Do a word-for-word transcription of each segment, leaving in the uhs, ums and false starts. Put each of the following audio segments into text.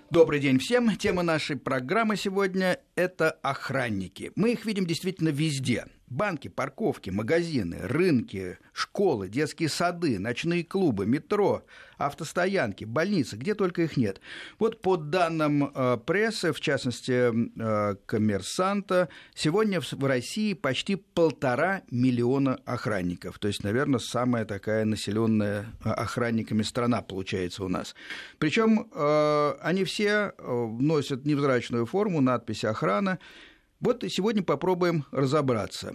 Добрый день всем. Тема нашей программы сегодня – это охранники. Мы их видим действительно везде. Банки, парковки, магазины, рынки, школы, детские сады, ночные клубы, метро, автостоянки, больницы, где только их нет. Вот по данным э, прессы, в частности э, «Коммерсанта», сегодня в, в России почти полтора миллиона охранников. То есть, наверное, самая такая населенная охранниками страна получается у нас. Причем э, они все э, носят невзрачную форму, надпись «Охрана». Вот и сегодня попробуем разобраться,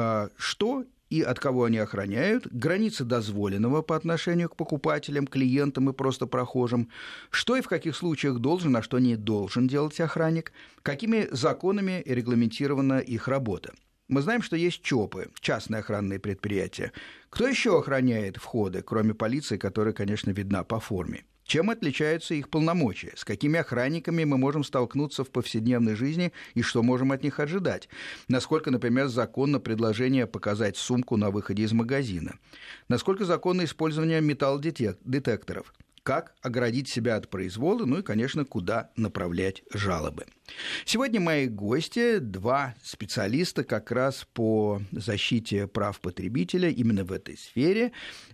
что и от кого они охраняют, границы дозволенного по отношению к покупателям, клиентам и просто прохожим, что и в каких случаях должен, а что не должен делать охранник, какими законами регламентирована их работа. Мы знаем, что есть ЧОПы, частные охранные предприятия. Кто еще охраняет входы, кроме полиции, которая, конечно, видна по форме? Чем отличаются их полномочия? С какими охранниками мы можем столкнуться в повседневной жизни и что можем от них ожидать? Насколько, например, законно предложение показать сумку на выходе из магазина? Насколько законно использование металлодетекторов? Как оградить себя от произвола, ну и, конечно, куда направлять жалобы. Сегодня мои гости, два специалиста как раз по защите прав потребителя именно в этой сфере.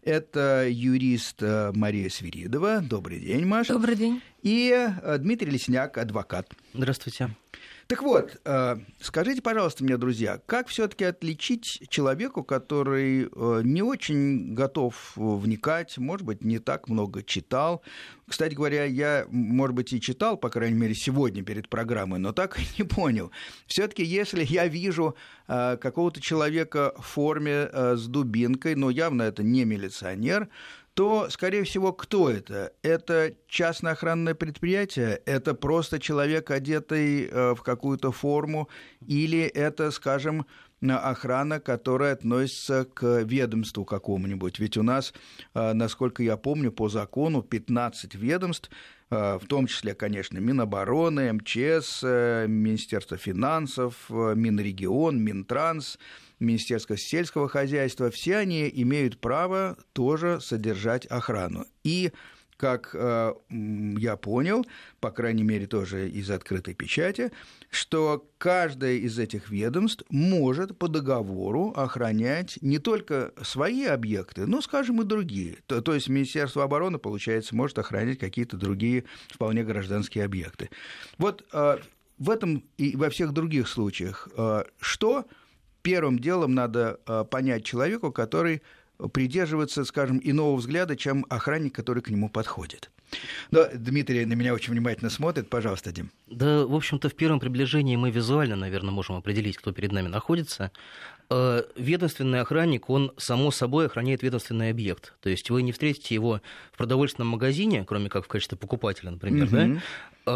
Это юрист Мария Свиридова. Добрый день, Маша. Добрый день. И Дмитрий Лесняк, адвокат. Здравствуйте. Так вот, скажите, пожалуйста, мне, друзья, как все-таки отличить человеку, который не очень готов вникать, может быть, не так много читал? Кстати говоря, я, может быть, и читал, по крайней мере, сегодня перед программой, но так и не понял. Все-таки, если я вижу какого-то человека в форме с дубинкой, но явно это не милиционер, то, скорее всего, кто это? Это частное охранное предприятие? Это просто человек, одетый в какую-то форму? Или это, скажем, охрана, которая относится к ведомству какому-нибудь? Ведь у нас, насколько я помню, по закону пятнадцать ведомств, в том числе, конечно, Минобороны, эм че эс, Министерство финансов, Минрегион, Минтранс, Министерство сельского хозяйства, все они имеют право тоже содержать охрану. И, как э, я понял, по крайней мере, тоже из открытой печати, что каждое из этих ведомств может по договору охранять не только свои объекты, но, скажем, и другие. То, то есть Министерство обороны, получается, может охранять какие-то другие вполне гражданские объекты. Вот э, в этом и во всех других случаях э, что первым делом надо понять человеку, который придерживается, скажем, иного взгляда, чем охранник, который к нему подходит. Но Дмитрий на меня очень внимательно смотрит. Пожалуйста, Дим. Да, в общем-то, в первом приближении мы визуально, наверное, можем определить, кто перед нами находится. Ведомственный охранник, он, само собой, охраняет ведомственный объект. То есть вы не встретите его в продовольственном магазине, кроме как в качестве покупателя, например, угу. да?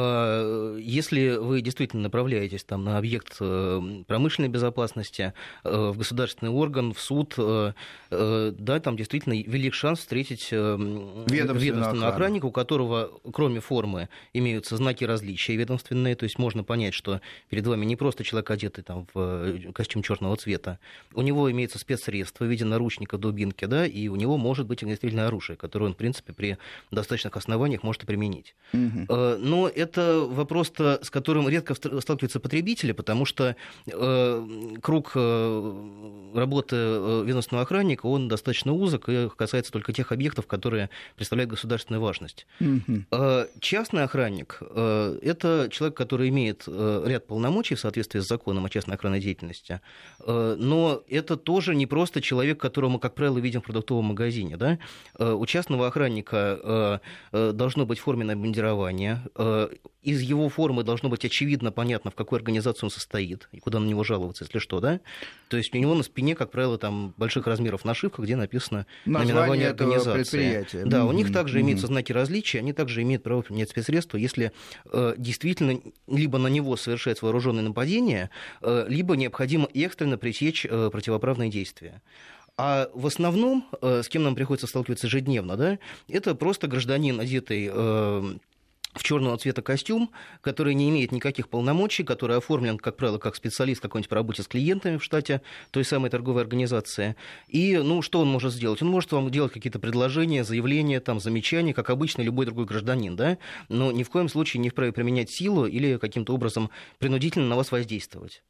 Если вы действительно направляетесь там, на объект промышленной безопасности, в государственный орган, в суд, да, там действительно велик шанс встретить ведомственного охранника, у которого, кроме формы, имеются знаки различия ведомственные, то есть можно понять, что перед вами не просто человек, одетый там, в костюм черного цвета, у него имеется спецсредство в виде наручника, дубинки, да, и у него может быть огнестрельное оружие, которое он, в принципе, при достаточных основаниях может и применить. Угу. Но это вопрос-то, с которым редко сталкиваются потребители, потому что э, круг э, работы ведомственного охранника, он достаточно узок и касается только тех объектов, которые представляют государственную важность. Mm-hmm. Э, частный охранник э, – это человек, который имеет э, ряд полномочий в соответствии с законом о частной охранной деятельности, э, но это тоже не просто человек, которого мы, как правило, видим в продуктовом магазине. Да? Э, у частного охранника э, должно быть форменное обмундирование, э, из его формы должно быть очевидно понятно, в какой организации он состоит и куда на него жаловаться, если что, да? То есть у него на спине, как правило, там больших размеров нашивка, где написано наименование организации. Да, mm-hmm. у них также mm-hmm. имеются знаки различия, они также имеют право применять спецсредства, если э, действительно либо на него совершается вооруженное нападение, э, либо необходимо экстренно пресечь э, противоправные действия. А в основном, э, с кем нам приходится сталкиваться ежедневно, да, это просто гражданин, одетый... Э, в черного цвета костюм, который не имеет никаких полномочий, который оформлен, как правило, как специалист какой-нибудь по работе с клиентами в штате той самой торговой организации. И, ну, что он может сделать? Он может вам делать какие-то предложения, заявления, там, замечания, как обычно любой другой гражданин, да? Но ни в коем случае не вправе применять силу или каким-то образом принудительно на вас воздействовать.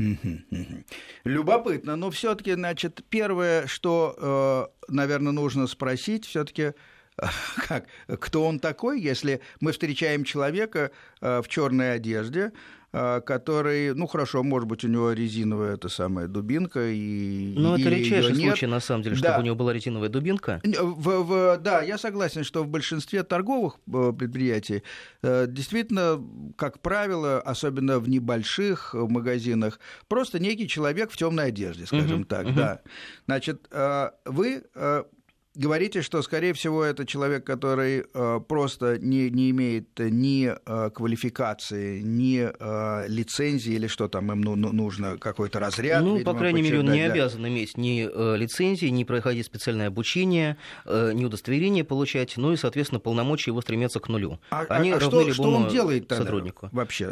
Любопытно. Но все-таки, значит, первое, что, наверное, нужно спросить, все-таки, как, кто он такой, если мы встречаем человека в черной одежде, который, ну хорошо, может быть, у него резиновая эта самая дубинка. И, ну, это или редчайший случай, на самом деле, чтобы да. у него была резиновая дубинка. В, в, да, я согласен, что в большинстве торговых предприятий действительно, как правило, особенно в небольших магазинах, просто некий человек в темной одежде, скажем uh-huh, так. Uh-huh. Да. Значит, вы говорите, что, скорее всего, это человек, который э, просто не, не имеет ни э, квалификации, ни э, лицензии, или что там им ну, нужно, какой-то разряд. Ну, видимо, по крайней мере, он не да. обязан иметь ни э, лицензии, ни проходить специальное обучение, э, ни удостоверение получать, ну и, соответственно, полномочия его стремятся к нулю. А, Они а равны что, любому что он делает тогда сотруднику. Вообще?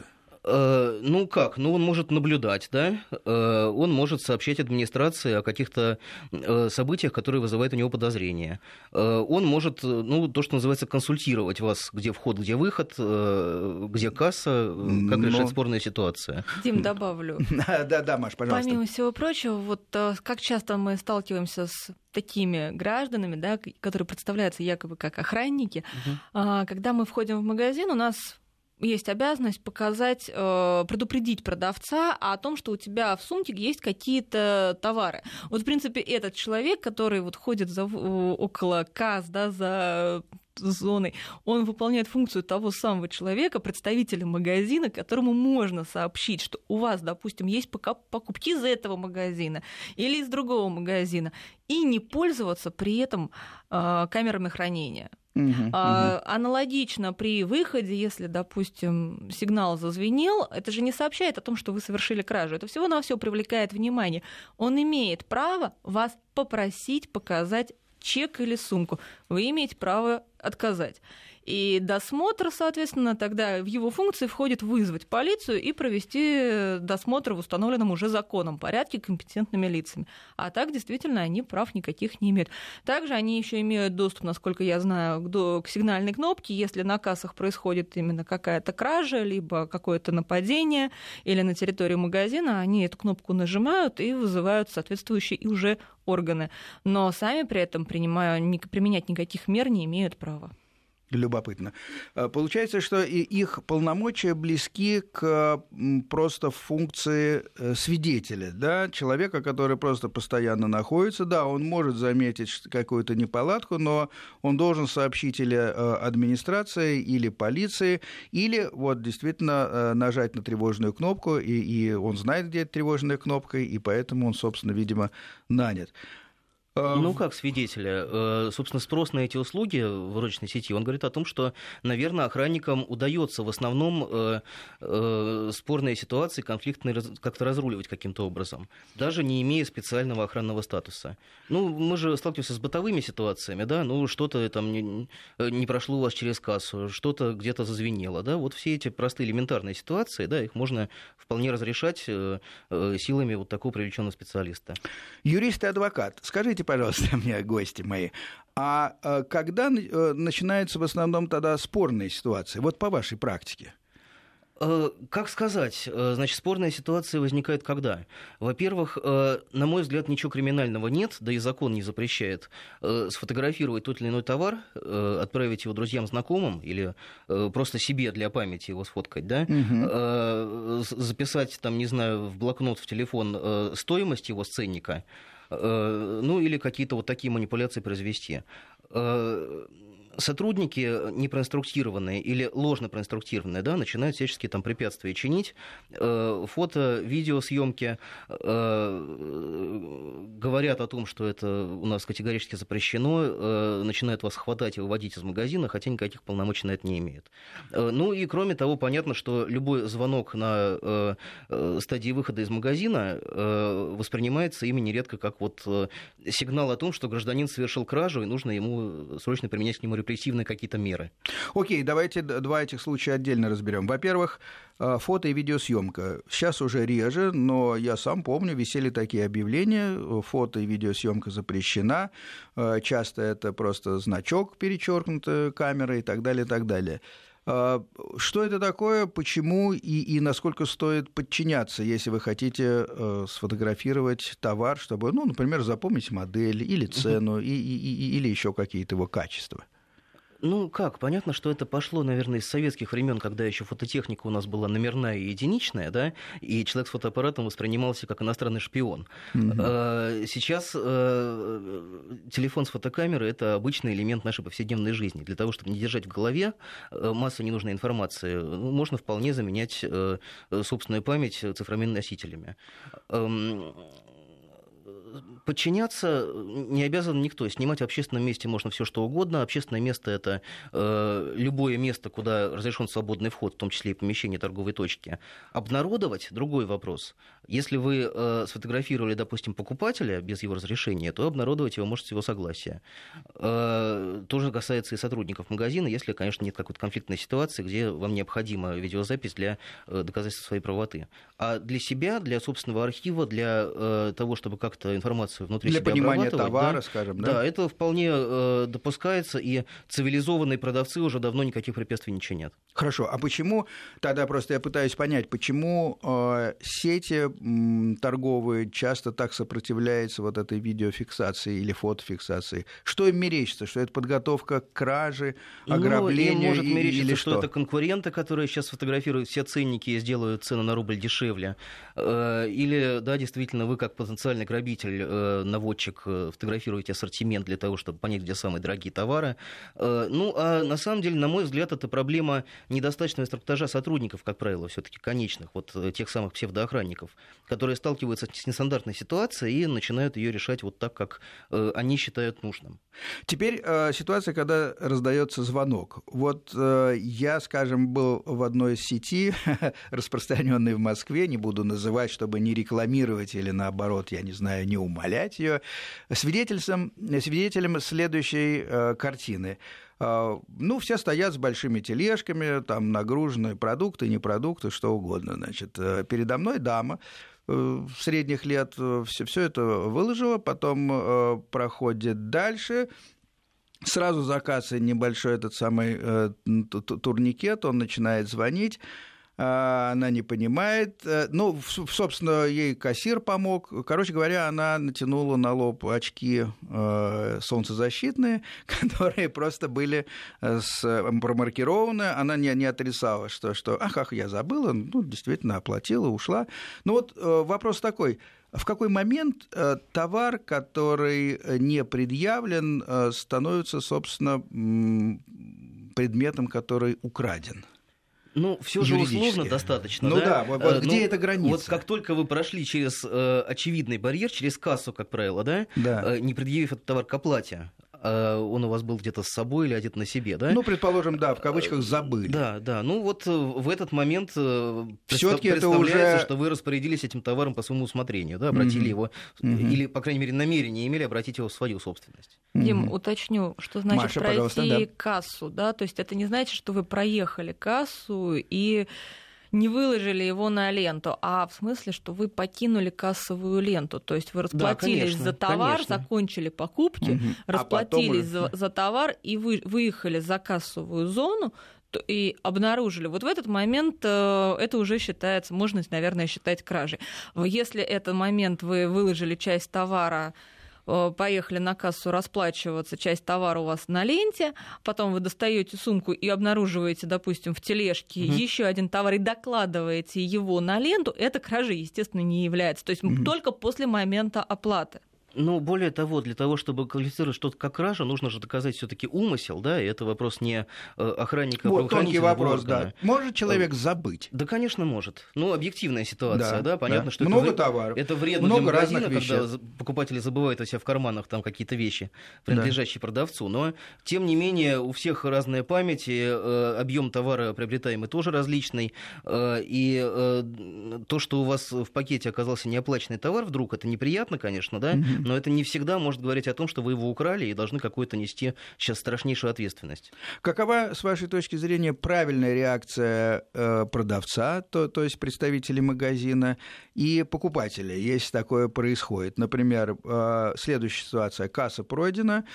Ну как? Ну он может наблюдать, да? Он может сообщать администрации о каких-то событиях, которые вызывают у него подозрения. Он может, ну, то, что называется, консультировать вас, где вход, где выход, где касса, как Но... решать спорную ситуацию. Дим, добавлю. Да-да, Маш, пожалуйста. Помимо всего прочего, вот как часто мы сталкиваемся с такими гражданами, да, которые представляются якобы как охранники, угу. Когда мы входим в магазин, у нас есть обязанность показать, предупредить продавца о том, что у тебя в сумке есть какие-то товары. Вот, в принципе, этот человек, который вот ходит за, около касс, да, за зоной, он выполняет функцию того самого человека, представителя магазина, которому можно сообщить, что у вас, допустим, есть покупки из этого магазина или из другого магазина, и не пользоваться при этом камерами хранения. Uh-huh, uh-huh. Аналогично при выходе, если, допустим, сигнал зазвенел, это же не сообщает о том, что вы совершили кражу. Это всего-навсего привлекает внимание. Он имеет право вас попросить показать чек или сумку. Вы имеете право отказать. И досмотр, соответственно, тогда в его функции входит вызвать полицию и провести досмотр в установленном уже законом порядке компетентными лицами. А так, действительно, они прав никаких не имеют. Также они еще имеют доступ, насколько я знаю, к сигнальной кнопке. Если на кассах происходит именно какая-то кража, либо какое-то нападение, или на территории магазина, они эту кнопку нажимают и вызывают соответствующие и уже органы. Но сами при этом, принимая, применять никаких мер, не имеют права. Любопытно. Получается, что и их полномочия близки к просто функции свидетеля, да, человека, который просто постоянно находится, да, он может заметить какую-то неполадку, но он должен сообщить или администрации, или полиции, или вот действительно нажать на тревожную кнопку, и, и он знает, где эта тревожная кнопка, и поэтому он, собственно, видимо, нанят. Ну, как свидетеля? Собственно, спрос на эти услуги в розничной сети, он говорит о том, что, наверное, охранникам удается в основном спорные ситуации, конфликтные, как-то разруливать каким-то образом, даже не имея специального охранного статуса. Ну, мы же сталкиваемся с бытовыми ситуациями, да, ну, что-то там не, не прошло у вас через кассу, что-то где-то зазвенело, да, вот все эти простые элементарные ситуации, да, их можно вполне разрешать силами вот такого привлеченного специалиста. Юрист и адвокат, скажите, пожалуйста, мне, гости мои, а когда начинаются в основном тогда спорные ситуации, вот по вашей практике? Как сказать, значит, спорная ситуация возникает когда? Во-первых, на мой взгляд, ничего криминального нет, да и закон не запрещает сфотографировать тот или иной товар, отправить его друзьям, знакомым или просто себе для памяти его сфоткать, да, угу. Записать, там, не знаю, в блокнот, в телефон стоимость его с ценника, ну или какие-то вот такие манипуляции произвести. Сотрудники непроинструктированные или ложно проинструктированные, да, начинают всячески там препятствия чинить, э, фото, видеосъемки, э, говорят о том, что это у нас категорически запрещено, э, начинают вас хватать и выводить из магазина, хотя никаких полномочий на это не имеют. Э, ну и кроме того, понятно, что любой звонок на э, стадии выхода из магазина э, воспринимается ими нередко как вот э, сигнал о том, что гражданин совершил кражу и нужно ему срочно применять к нему репрессии. репрессивные какие-то меры. Окей, давайте два этих случая отдельно разберем. Во-первых, фото и видеосъемка. Сейчас уже реже, но я сам помню, висели такие объявления: фото и видеосъемка запрещена. Часто это просто значок перечеркнут камерой и так далее, и так далее. Что это такое, почему и, и насколько стоит подчиняться, если вы хотите э, сфотографировать товар, чтобы, ну, например, запомнить модель или цену, и, и, и, или еще какие-то его качества? Ну как, понятно, что это пошло, наверное, из советских времен, когда еще фототехника у нас была номерная и единичная, да, и человек с фотоаппаратом воспринимался как иностранный шпион. Mm-hmm. Сейчас телефон с фотокамерой — это обычный элемент нашей повседневной жизни. Для того, чтобы не держать в голове массу ненужной информации, можно вполне заменять собственную память цифровыми носителями. Подчиняться не обязан никто. Снимать в общественном месте можно все что угодно. Общественное место — это э, любое место, куда разрешен свободный вход, в том числе и помещение торговой точки. Обнародовать — другой вопрос. Если вы э, сфотографировали, допустим, покупателя без его разрешения, то обнародовать его можете с его согласия. Э, тоже касается и сотрудников магазина, если, конечно, нет какой-то конфликтной ситуации, где вам необходима видеозапись для э, доказательства своей правоты. А для себя, для собственного архива, для э, того, чтобы как-то информацию внутри для себя понимания обрабатывать, товара, да, скажем, да? Да, это вполне э, допускается, и цивилизованные продавцы уже давно никаких препятствий не чинят. Хорошо, а почему, тогда просто я пытаюсь понять, почему э, сети м, торговые часто так сопротивляются вот этой видеофиксации или фотофиксации? Что им мерещится? Что это подготовка к краже, ограблению? Ну, им может и, мерещиться, или что? что это конкуренты, которые сейчас фотографируют все ценники и сделают цены на рубль дешевле. Э, или, да, действительно, вы как потенциальный грабитель, наводчик, фотографируете ассортимент для того, чтобы понять, где самые дорогие товары. Ну, а на самом деле, на мой взгляд, это проблема недостаточного инструктажа сотрудников, как правило, все-таки конечных, вот тех самых псевдоохранников, которые сталкиваются с нестандартной ситуацией и начинают ее решать вот так, как они считают нужным. Теперь ситуация, когда раздается звонок. Вот я, скажем, был в одной сети, распространенной в Москве, не буду называть, чтобы не рекламировать или наоборот, я не знаю, не умалять ее, свидетелем, свидетелем следующей э, картины. Э, ну, все стоят с большими тележками, там нагружены продукты, не продукты, что угодно. Значит, э, передо мной дама э, средних лет э, все, все это выложила, потом э, проходит дальше. Сразу за кассой небольшой этот самый э, турникет, он начинает звонить. Она не понимает. Ну, собственно, ей кассир помог. Короче говоря, она натянула на лоб очки э, солнцезащитные, которые просто были с, промаркированы. Она не, не отрицала, что, что ах, ах, я забыла, ну, действительно оплатила, ушла. Ну вот э, вопрос такой. В какой момент э, товар, который не предъявлен, э, становится, собственно, предметом, который украден? Ну, все же условно достаточно. Ну да, да вот, вот где ну, эта граница? Вот как только вы прошли через э, очевидный барьер, через кассу, как правило, да, да. Э, не предъявив этот товар к оплате, э, он у вас был где-то с собой или одет на себе, да? Ну, предположим, да, в кавычках забыли. Да, да. Ну вот в этот момент э, Всё-таки представляется, это уже... что вы распорядились этим товаром по своему усмотрению, да, обратили mm-hmm. его, mm-hmm. или, по крайней мере, намерение имели обратить его в свою собственность. Дим, mm-hmm. уточню, что значит Маша, пройти да. кассу, да, то есть это не значит, что вы проехали кассу и не выложили его на ленту, а в смысле, что вы покинули кассовую ленту, то есть вы расплатились да, конечно, за товар, конечно. закончили покупки, угу. расплатились а потом... за, за товар и вы, выехали за кассовую зону и обнаружили. Вот в этот момент это уже считается, можно, наверное, считать кражей. Если этот момент вы выложили часть товара, поехали на кассу расплачиваться, часть товара у вас на ленте, потом вы достаете сумку и обнаруживаете, допустим, в тележке mm-hmm. еще один товар и докладываете его на ленту, это кражей, естественно, не является. То есть mm-hmm. только после момента оплаты. Ну, более того, для того, чтобы квалифицировать что-то как кража, нужно же доказать все-таки умысел, да, и это вопрос не охранника, вот тонкий вопрос, органа. Да. Может человек забыть? Да, конечно, может. Ну, объективная ситуация, да, да понятно, да. что много это, товаров, это вредно много для магазина, когда веществ. покупатели забывают у себя в карманах там какие-то вещи, принадлежащие да. продавцу, но, тем не менее, у всех разная память, и э, объем товара приобретаемый тоже различный, э, и э, то, что у вас в пакете оказался неоплаченный товар вдруг, это неприятно, конечно, да, mm-hmm. но это не всегда может говорить о том, что вы его украли и должны какую-то нести сейчас страшнейшую ответственность. Какова, с вашей точки зрения, правильная реакция э, продавца, то, то есть представителей магазина, и покупателя, если такое происходит? Например, э, следующая ситуация. Касса пройдена,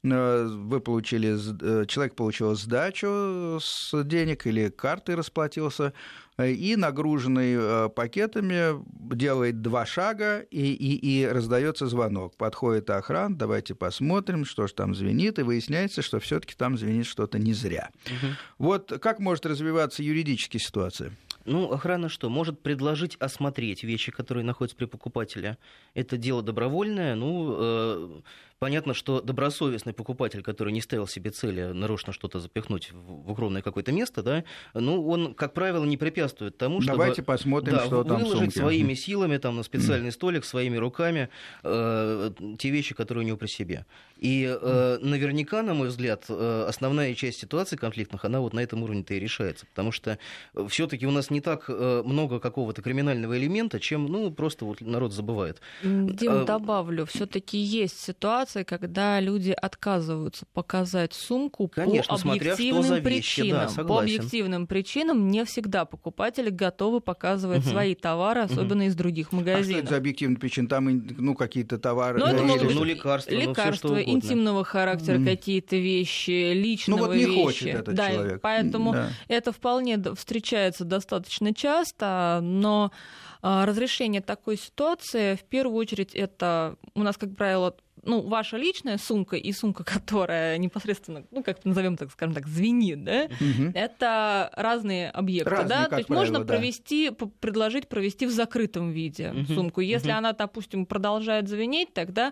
вы получили, человек получил сдачу с денег или картой расплатился, и нагруженный пакетами делает два шага, и, и, и раздается звонок. Подходит охрана, давайте посмотрим, что же там звенит, и выясняется, что все-таки там звенит что-то не зря. Угу. Вот как может развиваться юридическая ситуация? Ну, охрана что? Может предложить осмотреть вещи, которые находятся при покупателе. Это дело добровольное. Ну, э, понятно, что добросовестный покупатель, который не ставил себе цели нарочно что-то запихнуть в, в укромное какое-то место, да, ну, он, как правило, не препятствует тому, чтобы... Давайте посмотрим, да, что там в сумке. Выложить своими силами там, на специальный столик, своими руками э, те вещи, которые у него при себе. И э, наверняка, на мой взгляд, э, основная часть ситуаций конфликтных, она вот на этом уровне-то и решается. Потому что все-таки у нас не так много какого-то криминального элемента, чем, ну, просто вот народ забывает. Дим, а... добавлю, все-таки есть ситуации, когда люди отказываются показать сумку. Конечно, по объективным причинам. Да, по объективным причинам не всегда покупатели готовы показывать угу. свои товары, особенно угу. из других магазинов. А что это за объективные причины? Там, ну, какие-то товары... Ну, это или... могут быть ну, лекарства, лекарства ну, интимного характера, mm. какие-то вещи, личного ну, вот не вещи. Хочет этот да, человек. Поэтому да. это вполне встречается достаточно часто, но разрешение такой ситуации, в первую очередь, это у нас, как правило, ну, ваша личная сумка и сумка, которая непосредственно, ну, как назовем так, скажем так, звенит, да, угу. это разные объекты, разные, да, то есть правило, можно да. провести, предложить провести в закрытом виде угу. сумку. Если угу. она, допустим, продолжает звенеть, тогда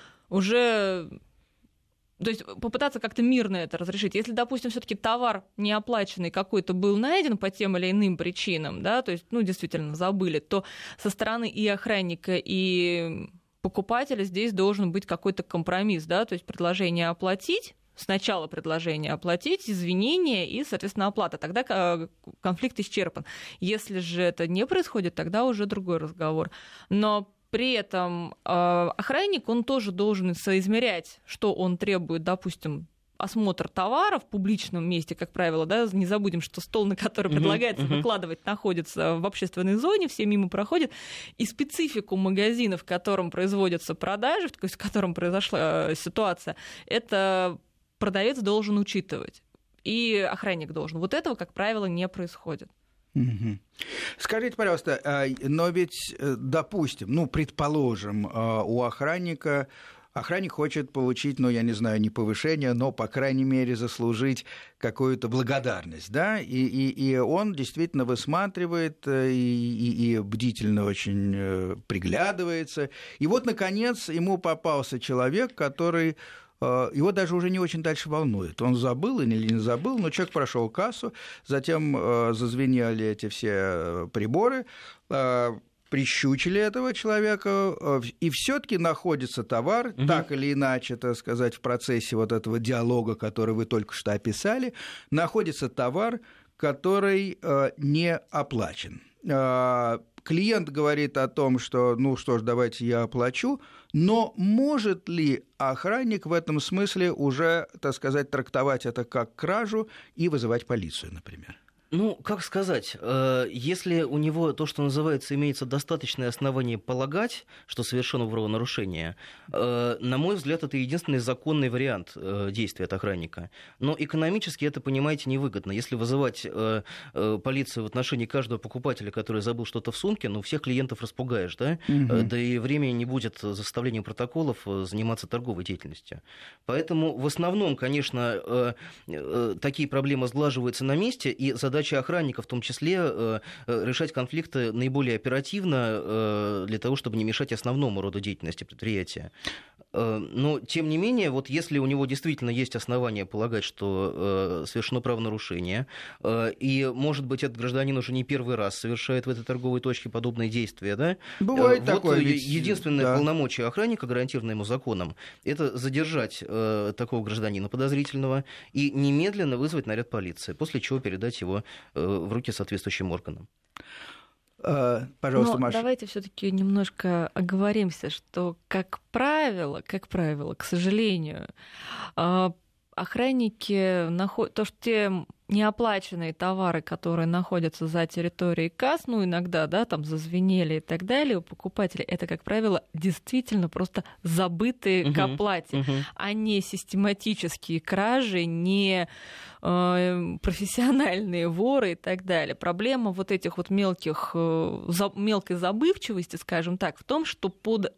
уже... То есть попытаться как-то мирно это разрешить. Если, допустим, все-таки товар неоплаченный какой-то был найден по тем или иным причинам, да, то есть, ну, действительно забыли, то со стороны и охранника, и покупателя здесь должен быть какой-то компромисс, да, то есть предложение оплатить, сначала предложение оплатить, извинения и, соответственно, оплата. Тогда конфликт исчерпан. Если же это не происходит, тогда уже другой разговор. Но при этом э, охранник, он тоже должен соизмерять, что он требует, допустим, осмотр товара в публичном месте, как правило, да, не забудем, что стол, на который uh-huh, предлагается uh-huh. выкладывать, находится в общественной зоне, все мимо проходят, и специфику магазина, в котором производятся продажи, то есть в котором произошла ситуация, это продавец должен учитывать, и охранник должен. Вот этого, как правило, не происходит. Угу. Скажите, пожалуйста, но ведь, допустим, ну, предположим, у охранника, охранник хочет получить, ну, я не знаю, не повышение, но, по крайней мере, заслужить какую-то благодарность, да, и, и, и он действительно высматривает и, и, и бдительно очень приглядывается, и вот, наконец, ему попался человек, который... Его даже уже не очень дальше волнует. Он забыл или не забыл, но человек прошел кассу, затем зазвенели эти все приборы, прищучили этого человека, и все-таки находится товар, угу. так или иначе, так сказать, в процессе вот этого диалога, который вы только что описали, находится товар, который не оплачен. Клиент говорит о том, что, ну что ж, давайте я оплачу, но может ли охранник в этом смысле уже, так сказать, трактовать это как кражу и вызывать полицию, например? Ну, как сказать, если у него, то, что называется, имеется достаточное основание полагать, что совершено правонарушение, на мой взгляд, это единственный законный вариант действия от охранника. Но экономически это, понимаете, невыгодно. Если вызывать полицию в отношении каждого покупателя, который забыл что-то в сумке, ну, всех клиентов распугаешь, да? Угу. Да и времени не будет за составлением протоколов заниматься торговой деятельностью. Поэтому в основном, конечно, такие проблемы сглаживаются на месте, и задача Задача охранника в том числе э, решать конфликты наиболее оперативно э, для того, чтобы не мешать основному роду деятельности предприятия. Э, но, тем не менее, вот если у него действительно есть основания полагать, что э, совершено правонарушение, э, и, может быть, этот гражданин уже не первый раз совершает в этой торговой точке подобные действия, да? Бывает э, такое. Вот ведь... единственное да. полномочие охранника, гарантированное ему законом, это задержать э, такого гражданина подозрительного и немедленно вызвать наряд полиции, после чего передать его в руки соответствующим органам. Пожалуйста, Но Маша. Давайте все-таки немножко оговоримся, что, как правило, как правило, к сожалению, охранники находят то, что те неоплаченные товары, которые находятся за территорией касс, ну, иногда, да, там зазвенели и так далее, у покупателей, это, как правило, действительно просто забытые uh-huh, к оплате, uh-huh. а не систематические кражи, не э, профессиональные воры и так далее. Проблема вот этих вот мелких, э, за, мелкой забывчивости, скажем так, в том, что под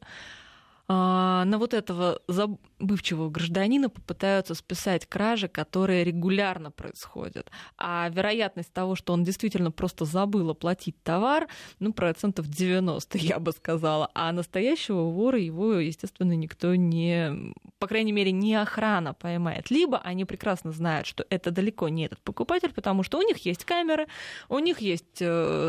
на вот этого забывчивого гражданина попытаются списать кражи, которые регулярно происходят. А вероятность того, что он действительно просто забыл оплатить товар, ну, процентов девяносто, я бы сказала. А настоящего вора его, естественно, никто не... По крайней мере, не охрана поймает. Либо они прекрасно знают, что это далеко не этот покупатель, потому что у них есть камеры, у них есть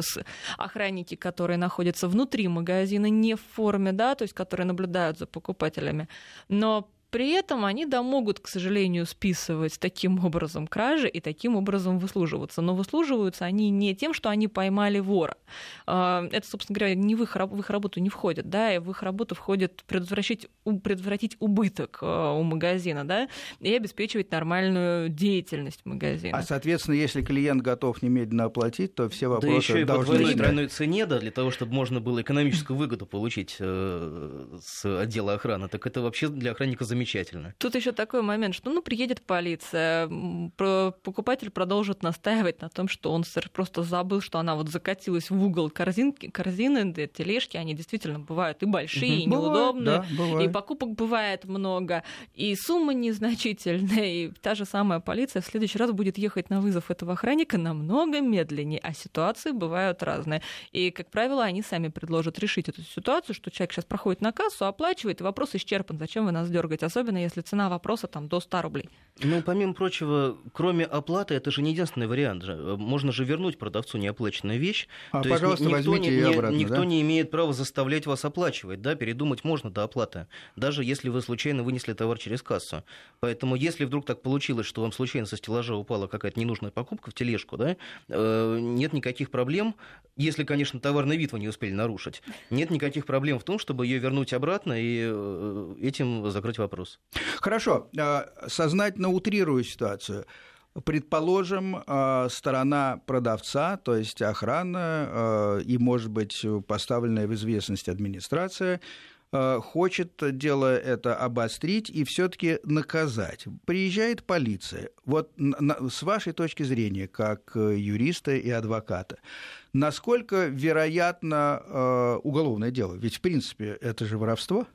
охранники, которые находятся внутри магазина, не в форме, да, то есть которые наблюдают за покупателями, но при этом они, да, могут, к сожалению, списывать таким образом кражи и таким образом выслуживаться. Но выслуживаются они не тем, что они поймали вора. Это, собственно говоря, не в их, в их работу не входит, да, и в их работу входит предотвратить, предотвратить убыток у магазина, да, и обеспечивать нормальную деятельность магазина. А, соответственно, если клиент готов немедленно оплатить, то все вопросы да еще и должны... по двойной тройной цене, да, для того, чтобы можно было экономическую выгоду получить э, с отдела охраны, так это вообще для охранника замечательно. Замечательно. Тут еще такой момент, что ну, приедет полиция, покупатель продолжит настаивать на том, что он просто забыл, что она вот закатилась в угол корзинки, корзины, тележки, они действительно бывают и большие, угу. и неудобные, бывает, да, и покупок бывает много, и сумма незначительная, и та же самая полиция в следующий раз будет ехать на вызов этого охранника намного медленнее, а ситуации бывают разные. И, как правило, они сами предложат решить эту ситуацию, что человек сейчас проходит на кассу, оплачивает, и вопрос исчерпан, зачем вы нас дергаете? Особенно если цена вопроса там, до ста рублей. Ну, помимо прочего, кроме оплаты, это же не единственный вариант. Можно же вернуть продавцу неоплаченную вещь. А, То пожалуйста, есть, никто, возьмите не, ее обратно, никто да? не имеет права заставлять вас оплачивать. Да? Передумать можно до оплаты, даже если вы случайно вынесли товар через кассу. Поэтому, если вдруг так получилось, что вам случайно со стеллажа упала какая-то ненужная покупка в тележку, да, нет никаких проблем, если, конечно, товарный вид вы не успели нарушить, нет никаких проблем в том, чтобы ее вернуть обратно и этим закрыть вопрос. Хорошо, сознательно утрирую ситуацию. Предположим, сторона продавца, то есть охрана и, может быть, поставленная в известность администрация, хочет дело это обострить и все-таки наказать. Приезжает полиция. Вот с вашей точки зрения, как юриста и адвоката, насколько вероятно уголовное дело? Ведь, в принципе, это же воровство.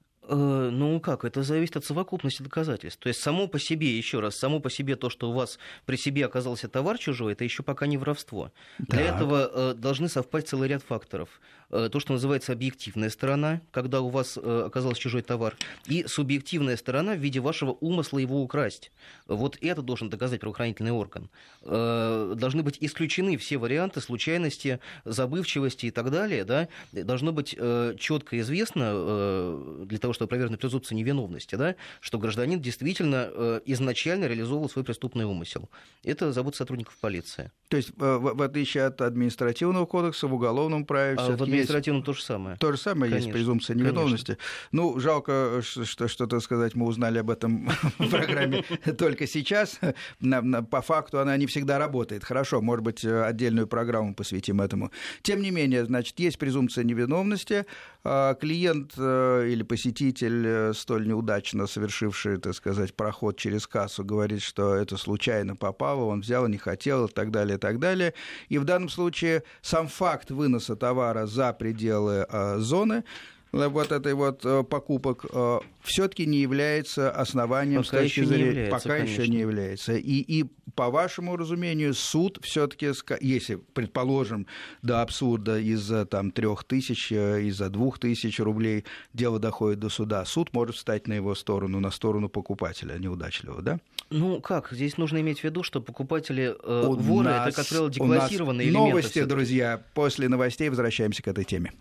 Ну как, это зависит от совокупности доказательств. То есть само по себе, еще раз, само по себе то, что у вас при себе оказался товар чужой, это еще пока не воровство. Так. Для этого э, должны совпасть целый ряд факторов. Э, то, что называется объективная сторона, когда у вас э, оказался чужой товар, и субъективная сторона в виде вашего умысла его украсть. Вот это должен доказать правоохранительный орган. Э, должны быть исключены все варианты случайности, забывчивости и так далее. Да? Должно быть э, четко известно э, для того, чтобы проверена презумпция невиновности, да, что гражданин действительно э, изначально реализовывал свой преступный умысел. Это забота сотрудников полиции. То есть, в, в отличие от административного кодекса, в уголовном праве... А в административном есть... то же самое. То же самое, конечно, есть презумпция невиновности. Конечно. Ну, жалко, что, что-то сказать, мы узнали об этом в программе только сейчас. По факту она не всегда работает. Хорошо, может быть, отдельную программу посвятим этому. Тем не менее, значит, есть презумпция невиновности. Клиент или посетитель, столь неудачно совершивший, так сказать, проход через кассу, говорит, что это случайно попало, он взял, не хотел, и так далее, и так далее. И в данном случае сам факт выноса товара за пределы э, зоны вот этой вот покупок все-таки не является основанием пока с точки зрения... Пока конечно. еще не является. И, и по вашему разумению, суд все-таки, если, предположим, до абсурда из-за там трех тысяч, из-за двух тысяч рублей дело доходит до суда, суд может встать на его сторону, на сторону покупателя неудачливого, да? Ну как, здесь нужно иметь в виду, что покупатели э, воры, это, как правило, деклассированные элементы. Новости, все-таки. Друзья. После новостей возвращаемся к этой теме.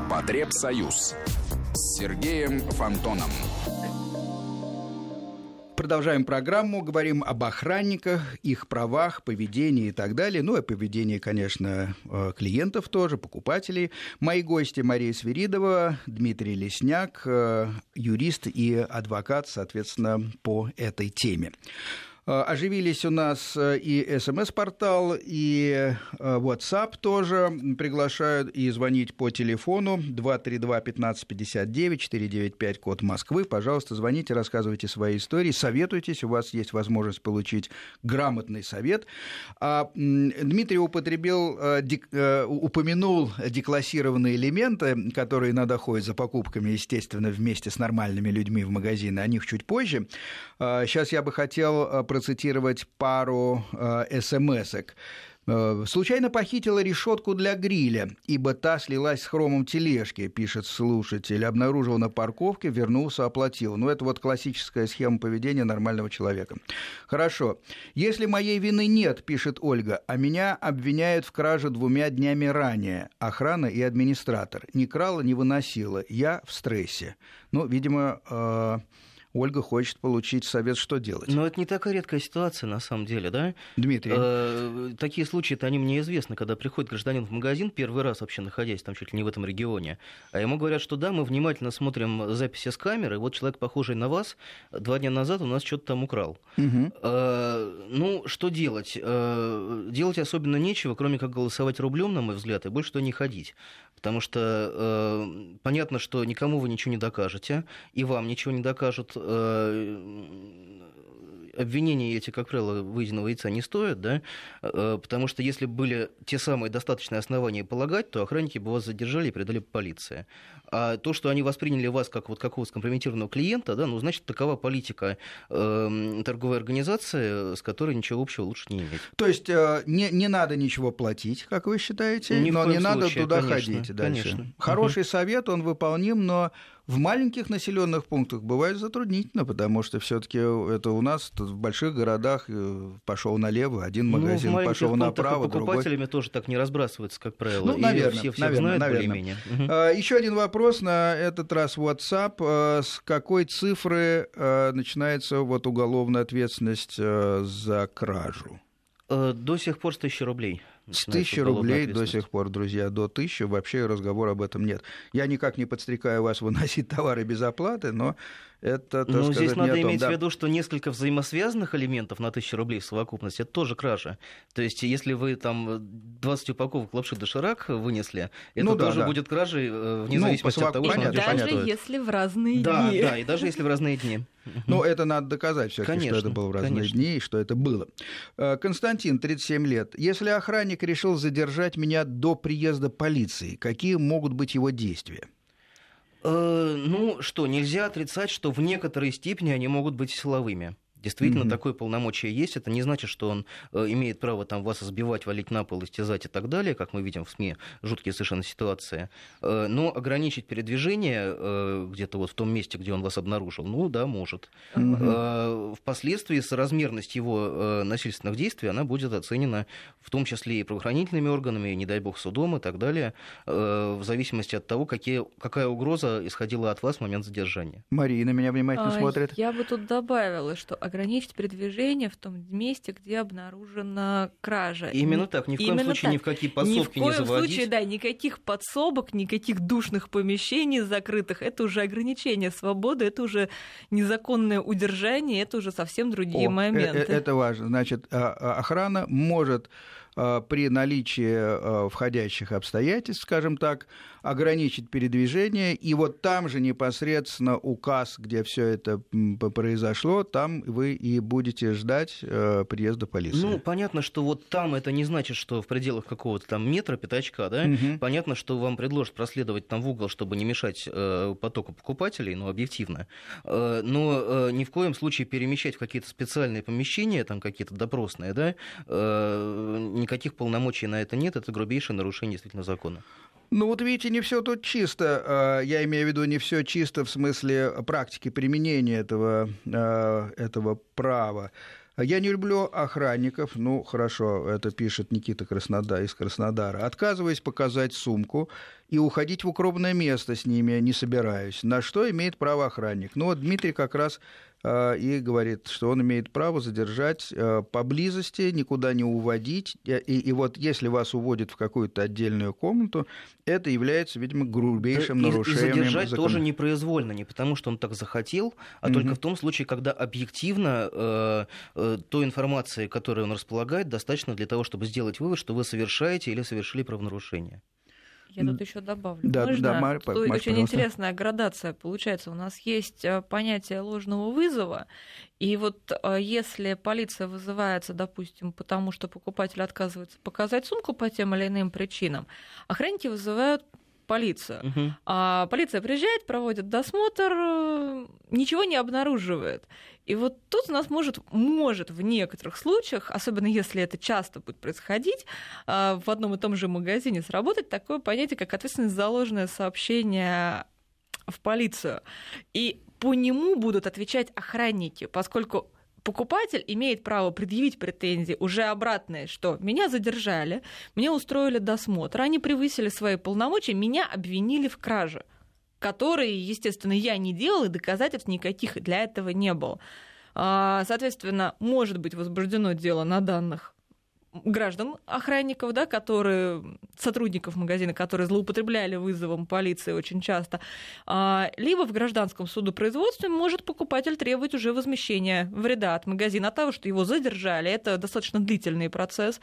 Потребсоюз с Сергеем Фонтоном. Продолжаем программу, говорим об охранниках, их правах, поведении и так далее. Ну, и поведении, конечно, клиентов тоже, покупателей. Мои гости: Мария Свиридова, Дмитрий Лесняк, юрист и адвокат, соответственно, по этой теме. Оживились у нас и эс эм эс-портал, и WhatsApp тоже. Приглашают и звонить по телефону два три два пятнадцать пятьдесят девять, четыре девять пять, код Москвы. Пожалуйста, звоните, рассказывайте свои истории, советуйтесь, у вас есть возможность получить грамотный совет. А Дмитрий употребил, упомянул деклассированные элементы, которые иногда ходят за покупками, естественно, вместе с нормальными людьми в магазины. О них чуть позже. Сейчас я бы хотел процитировать пару э, смс-ок. «Случайно похитила решетку для гриля, ибо та слилась с хромом тележки», пишет слушатель. «Обнаружил на парковке, вернулся, оплатил». Ну, это вот классическая схема поведения нормального человека. Хорошо. «Если моей вины нет», пишет Ольга, «а меня обвиняют в краже двумя днями ранее. Охрана и администратор. Не крала, не выносила. Я в стрессе». Ну, видимо... Э- Ольга хочет получить совет, что делать. Но это не такая редкая ситуация, на самом деле, да? Дмитрий. Э, такие случаи-то, они мне известны, когда приходит гражданин в магазин, первый раз вообще находясь там чуть ли не в этом регионе, а ему говорят, что да, мы внимательно смотрим записи с камеры, вот человек, похожий на вас, два дня назад у нас что-то там украл. Угу. Э, ну, что делать? Э, делать особенно нечего, кроме как голосовать рублем, на мой взгляд, и больше туда не ходить. Потому что э, понятно, что никому вы ничего не докажете, и вам ничего не докажут. Э, обвинения эти, как правило, выеденного яйца не стоят, да, потому что если бы были те самые достаточные основания полагать, то охранники бы вас задержали и передали бы полиции. А то, что они восприняли вас как вот какого-то скомпрометированного клиента, да, ну, значит, такова политика э, торговой организации, с которой ничего общего лучше не иметь. То есть э, не, не надо ничего платить, как вы считаете, Ни но не надо случае, туда конечно, ходить дальше. Конечно. Хороший угу. совет, он выполним, но в маленьких населенных пунктах бывает затруднительно, потому что все-таки это у нас в больших городах пошел налево, один магазин ну, пошел направо, другой. Покупателями тоже так не разбрасываются, как правило. Ну, наверное, все, все наверное, знают наверное. более-менее. Угу. Еще один вопрос, на этот раз в WhatsApp. С какой цифры начинается вот уголовная ответственность за кражу? До сих пор с тысячи рублей. С тысячи рублей до сих пор, друзья, до тысячи, вообще разговора об этом нет. Я никак не подстрекаю вас выносить товары без оплаты, но это, так ну, сказать, здесь надо не о том, иметь да. в виду, что несколько взаимосвязанных элементов на тысячу рублей в совокупности, это тоже кража. То есть, если вы там двадцать упаковок лапши доширак вынесли, это ну, да, тоже да. будет кражей, вне ну, зависимости от того, что понятно, она даже стоит. если в разные да, дни. Да, и даже если в разные дни. Ну, это надо доказать все-таки, что это было в разные конечно. дни и что это было. Константин, тридцать семь лет. Если охранник решил задержать меня до приезда полиции, какие могут быть его действия? Ну что, нельзя отрицать, что в некоторой степени они могут быть силовыми. Действительно, mm-hmm. такое полномочие есть. Это не значит, что он э, имеет право там, вас избивать, валить на пол, истязать и так далее, как мы видим в СМИ, жуткие совершенно ситуации. Э, но ограничить передвижение э, где-то вот в том месте, где он вас обнаружил, ну да, может. Mm-hmm. Э, впоследствии соразмерность его э, насильственных действий, она будет оценена в том числе и правоохранительными органами, не дай бог судом и так далее, э, в зависимости от того, какие, какая угроза исходила от вас в момент задержания. Мария на меня внимательно а, смотрит. Я бы тут добавила, что ограничить передвижение в том месте, где обнаружена кража. Именно так, ни в коем Именно случае так. ни в какие подсобки ни в не коем заводить. случае, да, никаких подсобок, никаких душных помещений закрытых. Это уже ограничение свободы, это уже незаконное удержание, это уже совсем другие О, моменты. Это важно. Значит, охрана может при наличии входящих обстоятельств, скажем так, ограничить передвижение, и вот там же непосредственно указ, где все это произошло, там вы и будете ждать приезда полиции. Ну, понятно, что вот там это не значит, что в пределах какого-то там метра, пятачка, да, угу. Понятно, что вам предложат проследовать там в угол, чтобы не мешать потоку покупателей, ну, объективно, но ни в коем случае перемещать в какие-то специальные помещения, там какие-то допросные, да, никаких полномочий на это нет, это грубейшее нарушение действительно закона. Ну вот видите, не все тут чисто. Я имею в виду не все чисто в смысле практики применения этого, этого права. Я не люблю охранников, ну хорошо, это пишет Никита Краснодар, из Краснодара. Отказываюсь показать сумку и уходить в укромное место с ними не собираюсь. На что имеет право охранник? Ну вот Дмитрий как раз и говорит, что он имеет право задержать поблизости, никуда не уводить. И, и вот если вас уводят в какую-то отдельную комнату, это является, видимо, грубейшим да, нарушением. И, и задержать закона. тоже непроизвольно, не потому что он так захотел, а угу. только в том случае, когда объективно э, э, той информации, которой он располагает, достаточно для того, чтобы сделать вывод, что вы совершаете или совершили правонарушение. Я тут еще добавлю. Да, Можно? да, Марь, Тут Маш, очень пожалуйста. интересная градация получается. У нас есть понятие ложного вызова, и вот если полиция вызывается, допустим, потому что покупатель отказывается показать сумку по тем или иным причинам, охранники вызывают полицию. Uh-huh. А полиция приезжает, проводит досмотр, ничего не обнаруживает. И вот тут у нас может, может в некоторых случаях, особенно если это часто будет происходить, в одном и том же магазине сработать такое понятие, как ответственность за ложное сообщение в полицию. И по нему будут отвечать охранники, поскольку покупатель имеет право предъявить претензии уже обратные, что меня задержали, мне устроили досмотр, они превысили свои полномочия, меня обвинили в краже, которые, естественно, я не делала, и доказательств никаких для этого не было. Соответственно, может быть возбуждено дело на данных граждан, охранников, да, которые, сотрудников магазина, которые злоупотребляли вызовом полиции очень часто, либо в гражданском судопроизводстве может покупатель требовать уже возмещения вреда от магазина, от того, что его задержали. Это достаточно длительный процесс,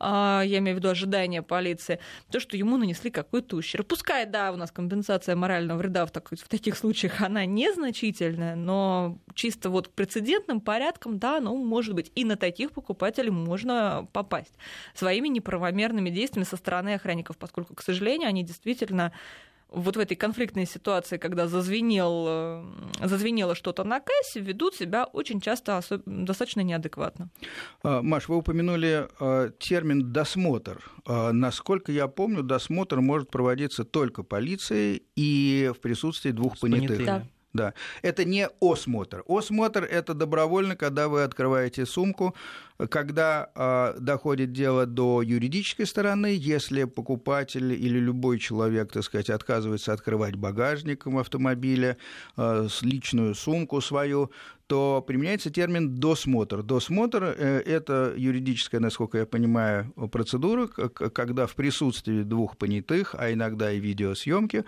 я имею в виду ожидание полиции, то, что ему нанесли какой-то ущерб. Пускай, да, у нас компенсация морального вреда в, так, в таких случаях, она незначительная, но чисто вот прецедентным порядком, да, ну, может быть, и на таких покупателей можно попасть своими неправомерными действиями со стороны охранников, поскольку, к сожалению, они действительно вот в этой конфликтной ситуации, когда зазвенел, зазвенело что-то на кассе, ведут себя очень часто особ... достаточно неадекватно. Маш, вы упомянули термин «досмотр». Насколько я помню, досмотр может проводиться только полицией и в присутствии двух понятых. Да. Да. Это не осмотр. Осмотр – это добровольно, когда вы открываете сумку, когда э, доходит дело до юридической стороны, если покупатель или любой человек, так сказать, отказывается открывать багажник автомобиля, э, личную сумку свою, то применяется термин «досмотр». Досмотр – это юридическая, насколько я понимаю, процедура, когда в присутствии двух понятых, а иногда и видеосъемки,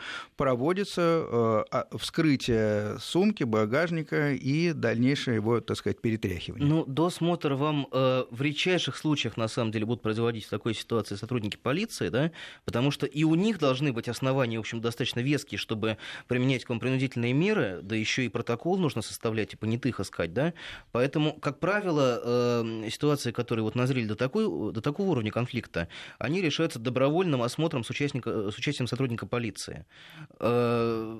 проводится вскрытие сумки, багажника и дальнейшее его, так сказать, перетряхивание. Ну, досмотр вам э, в редчайших случаях, на самом деле, будут производить в такой ситуации сотрудники полиции, да, потому что и у них должны быть основания, в общем, достаточно веские, чтобы применять к вам принудительные меры, да еще и протокол нужно составлять, и понятых искать, да, поэтому, как правило, э, ситуации, которые вот назрели до, такой, до такого уровня конфликта, они решаются добровольным осмотром с, участника, с участием сотрудника полиции. Э,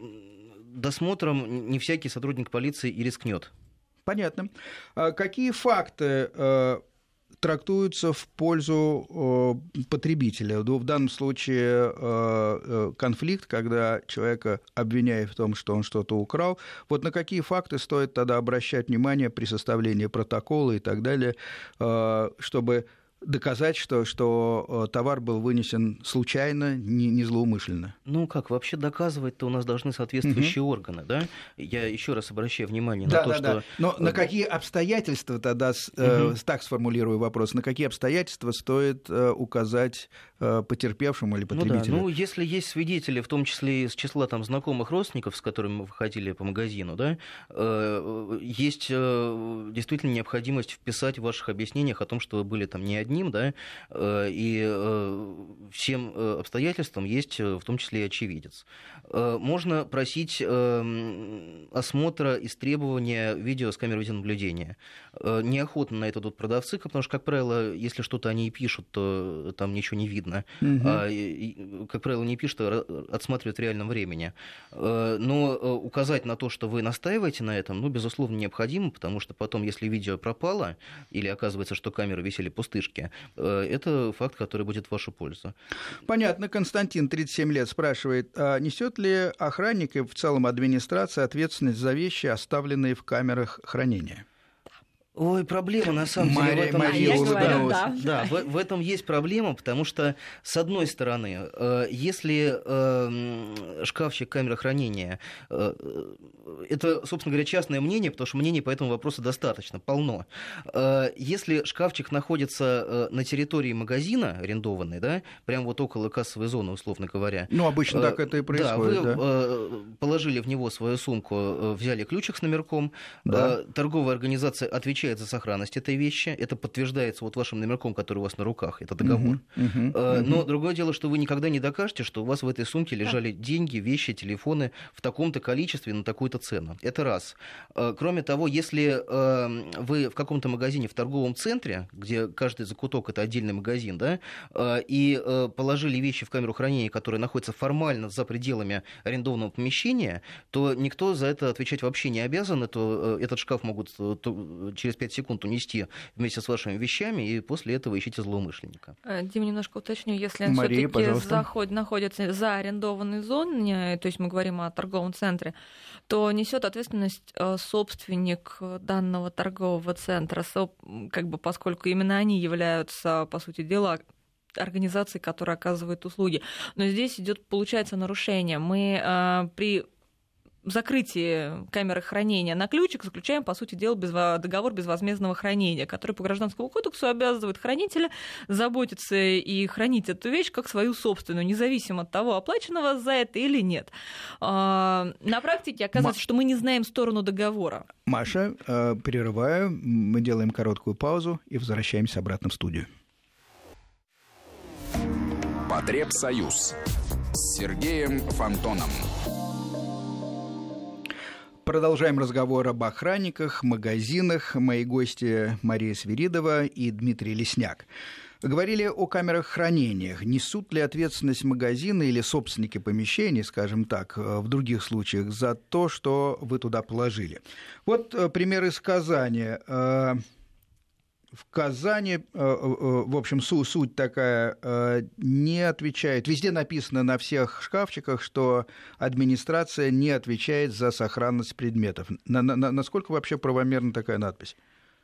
досмотром не всякий сотрудник полиции и рискнет. Понятно. А какие факты э, трактуются в пользу э, потребителя? В данном случае э, конфликт, когда человека обвиняют в том, что он что-то украл. Вот на какие факты стоит тогда обращать внимание при составлении протокола и так далее, э, чтобы доказать, что, что товар был вынесен случайно, не, не злоумышленно? Ну как, вообще доказывать-то у нас должны соответствующие угу. органы, да? Я еще раз обращаю внимание да, на то, да, что... Да. Но на какие обстоятельства тогда, угу. так сформулирую вопрос, на какие обстоятельства стоит указать потерпевшему или потребителю? Ну да, ну если есть свидетели, в том числе из числа там знакомых родственников, с которыми мы выходили по магазину, да, есть действительно необходимость вписать в ваших объяснениях о том, что вы были там не одни, да, и всем обстоятельствам есть в том числе и очевидец. Можно просить осмотра, истребования видео с камер видеонаблюдения. Неохотно на это идут продавцы, потому что, как правило, если что-то они и пишут, то там ничего не видно. Угу. А, как правило, не пишут, а отсматривают в реальном времени. Но указать на то, что вы настаиваете на этом, ну, безусловно, необходимо, потому что потом, если видео пропало, или оказывается, что камеры висели пустышки, это факт, который будет в вашу пользу. Понятно. Константин, тридцать семь лет, спрашивает, а несет ли охранник и в целом администрация ответственность за вещи, оставленные в камерах хранения? Ой, проблема, на самом Мария, деле, в этом Мария есть. говорю, да, да. да в, в этом есть проблема, потому что, с одной стороны, э, если э, шкафчик, камера хранения, э, это, собственно говоря, частное мнение, потому что мнений по этому вопросу достаточно, полно. Э, если шкафчик находится э, на территории магазина арендованный, да, прямо вот около кассовой зоны, условно говоря. Ну, обычно так это и происходит. Да, вы да. э, положили в него свою сумку, э, взяли ключик с номерком, Да. э, торговая организация отвечает за сохранность этой вещи. Это подтверждается вот вашим номерком, который у вас на руках. Это договор. Uh-huh, uh-huh, uh-huh. Но другое дело, что вы никогда не докажете, что у вас в этой сумке лежали деньги, вещи, телефоны в таком-то количестве на такую-то цену. Это раз. Кроме того, если вы в каком-то магазине в торговом центре, где каждый закуток — это отдельный магазин, да, и положили вещи в камеру хранения, которая находится формально за пределами арендованного помещения, то никто за это отвечать вообще не обязан. Это, этот шкаф могут через пять секунд унести вместе с вашими вещами, и после этого ищите злоумышленника. Дим, немножко уточню, если Мария, все-таки заход... находится за арендованной зоной, то есть мы говорим о торговом центре, то несет ответственность собственник данного торгового центра, как бы, поскольку именно они являются, по сути дела, организацией, которая оказывает услуги. Но здесь идет, получается, нарушение. Мы э, при закрытии камеры хранения на ключик заключаем, по сути дела, безво... договор безвозмездного хранения, который по Гражданскому кодексу обязывает хранителя заботиться и хранить эту вещь как свою собственную, независимо от того, оплачено вас за это или нет. На практике оказывается, Ма... что мы не знаем сторону договора. Маша, прерываю, мы делаем короткую паузу и возвращаемся обратно в студию. Потребсоюз с Сергеем Фонтоном. Продолжаем разговор об охранниках, магазинах. Мои гости Мария Свиридова и Дмитрий Лесняк. Говорили о камерах хранения. Несут ли ответственность магазины или собственники помещений, скажем так, в других случаях, за то, что вы туда положили? Вот пример из Казани. В Казани, в общем, суть такая, не отвечает. Везде написано на всех шкафчиках, что администрация не отвечает за сохранность предметов. На, на, насколько вообще правомерна такая надпись?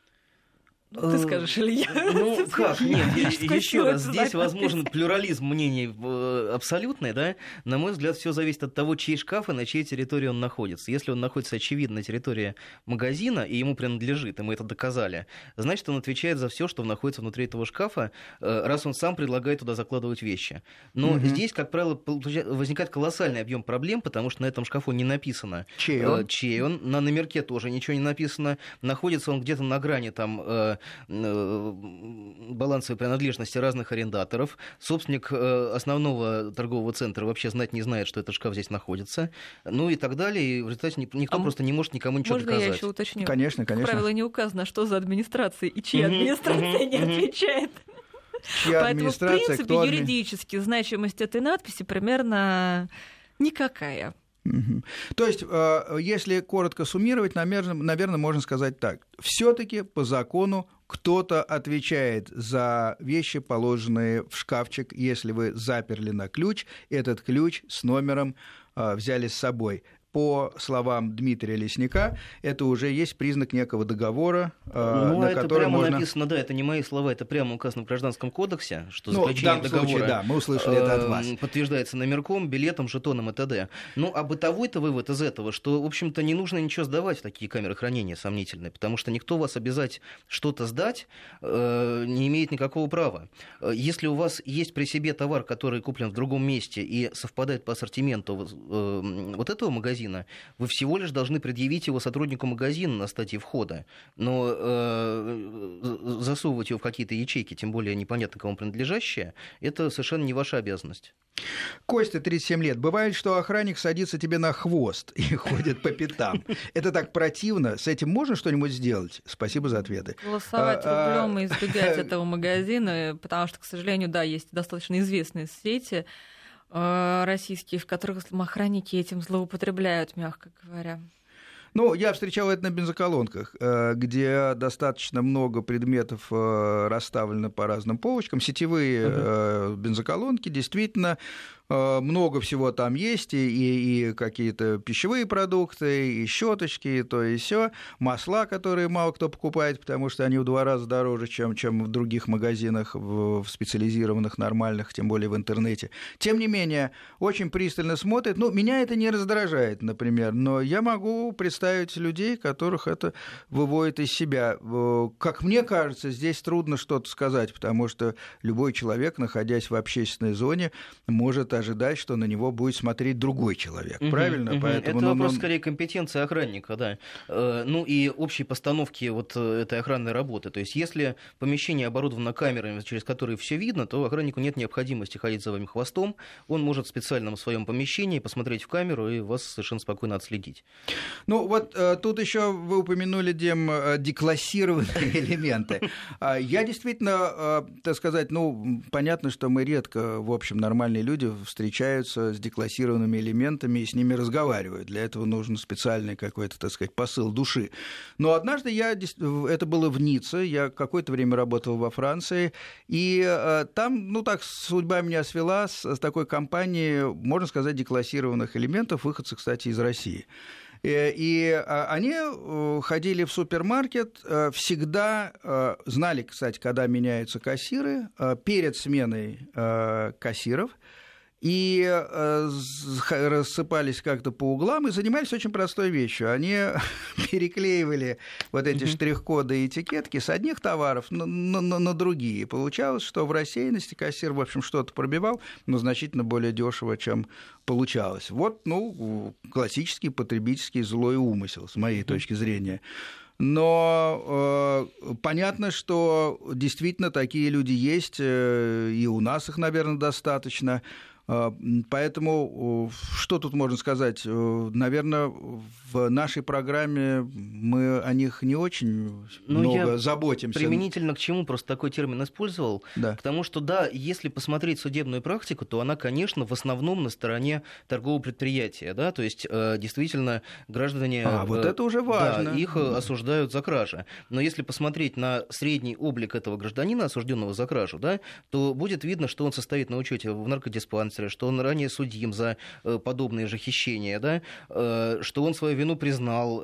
Ты скажешь, или я? Ну, как? Нет, еще раз, здесь возможен плюрализм мнений абсолютный, да? На мой взгляд, все зависит от того, чей шкаф и на чьей территории он находится. Если он находится, очевидно, на территории магазина, и ему принадлежит, и мы это доказали, значит, он отвечает за все, что находится внутри этого шкафа, раз он сам предлагает туда закладывать вещи. Но угу. здесь, как правило, возникает колоссальный объем проблем, потому что на этом шкафу не написано, чей он, чей он. На номерке тоже ничего не написано. Находится он где-то на грани там балансовой принадлежности разных арендаторов. Собственник основного торгового центра вообще знать не знает, что этот шкаф здесь находится. Ну и так далее. И в результате никто а просто не может никому ничего можно доказать. Можно я еще уточню? Конечно, конечно. В правило не указано, что за администрация и чья администрация не отвечает. Чья Поэтому, в принципе, кто... юридически значимость этой надписи примерно никакая. Угу. То есть, если коротко суммировать, наверное, можно сказать так. Все-таки по закону кто-то отвечает за вещи, положенные в шкафчик, если вы заперли на ключ, этот ключ с номером взяли с собой. По словам Дмитрия Лесняка, это уже есть признак некого договора, ну, на это который прямо можно... написано, да, это не мои слова, это прямо указано в Гражданском кодексе, что ну, заключение в договора случае, да, мы услышали это от вас. Подтверждается номерком, билетом, жетоном и т.д. Ну, а бытовой-то вывод из этого, что, в общем-то, не нужно ничего сдавать в такие камеры хранения сомнительные, потому что никто вас обязать что-то сдать э, не имеет никакого права. Если у вас есть при себе товар, который куплен в другом месте и совпадает по ассортименту э, вот этого магазина, вы всего лишь должны предъявить его сотруднику магазина на стадии входа, но э, засовывать его в какие-то ячейки, тем более непонятно кому принадлежащие, это совершенно не ваша обязанность. Костя, тридцать семь лет. Бывает, что охранник садится тебе на хвост и ходит по пятам. Это так противно. С этим можно что-нибудь сделать? Спасибо за ответы. Голосовать рублем и избегать этого магазина, потому что, к сожалению, да, есть достаточно известные сети российские, в которых охранники этим злоупотребляют, мягко говоря. Ну, я встречал это на бензоколонках, где достаточно много предметов расставлено по разным полочкам. Сетевые uh-huh. бензоколонки действительно много всего там есть, и, и какие-то пищевые продукты, и щеточки, и то, и сё, масла, которые мало кто покупает, потому что они в два раза дороже, чем, чем в других магазинах, в, в специализированных, нормальных, тем более в интернете. Тем не менее, очень пристально смотрят. Ну, меня это не раздражает, например, но я могу представить людей, которых это выводит из себя. Как мне кажется, здесь трудно что-то сказать, потому что любой человек, находясь в общественной зоне, может ожидать, что на него будет смотреть другой человек. Угу, правильно? Угу. Поэтому, это ну, вопрос, ну... скорее, компетенции охранника, да. Ну и общей постановки вот этой охранной работы. То есть, если помещение оборудовано камерами, через которые все видно, то охраннику нет необходимости ходить за вами хвостом. Он может в специальном своем помещении посмотреть в камеру и вас совершенно спокойно отследить. Ну вот тут еще вы упомянули, Дим, деклассированные элементы. Я действительно, так сказать, ну, понятно, что мы редко, в общем, нормальные люди встречаются с деклассированными элементами и с ними разговаривают. Для этого нужен специальный какой-то, так сказать, посыл души. Но однажды я, это было в Ницце, я какое-то время работал во Франции, и там, ну так, судьба меня свела с, с такой компанией, можно сказать, деклассированных элементов, выходцы, кстати, из России. И они ходили в супермаркет, всегда знали, кстати, когда меняются кассиры, перед сменой кассиров, и рассыпались как-то по углам и занимались очень простой вещью. Они переклеивали вот эти mm-hmm. штрих-коды и этикетки с одних товаров на, на, на другие. Получалось, что в рассеянности кассир, в общем, что-то пробивал, но значительно более дешево, чем получалось. Вот, ну, классический потребительский злой умысел, с моей mm-hmm. точки зрения. Но э, понятно, что действительно такие люди есть, э, и у нас их, наверное, достаточно. Поэтому что тут можно сказать? Наверное, в нашей программе мы о них не очень ну, много заботимся. Применительно к чему просто такой термин использовал? Да. Потому что, да, если посмотреть судебную практику, то она, конечно, в основном на стороне торгового предприятия. Да? То есть, действительно, граждане... А, вот это уже важно. Да, их осуждают за кражи. Но если посмотреть на средний облик этого гражданина, осужденного за кражу, да, то будет видно, что он состоит на учете в наркодиспансере, что он ранее судим за подобные же хищения, да, что он свою вину признал,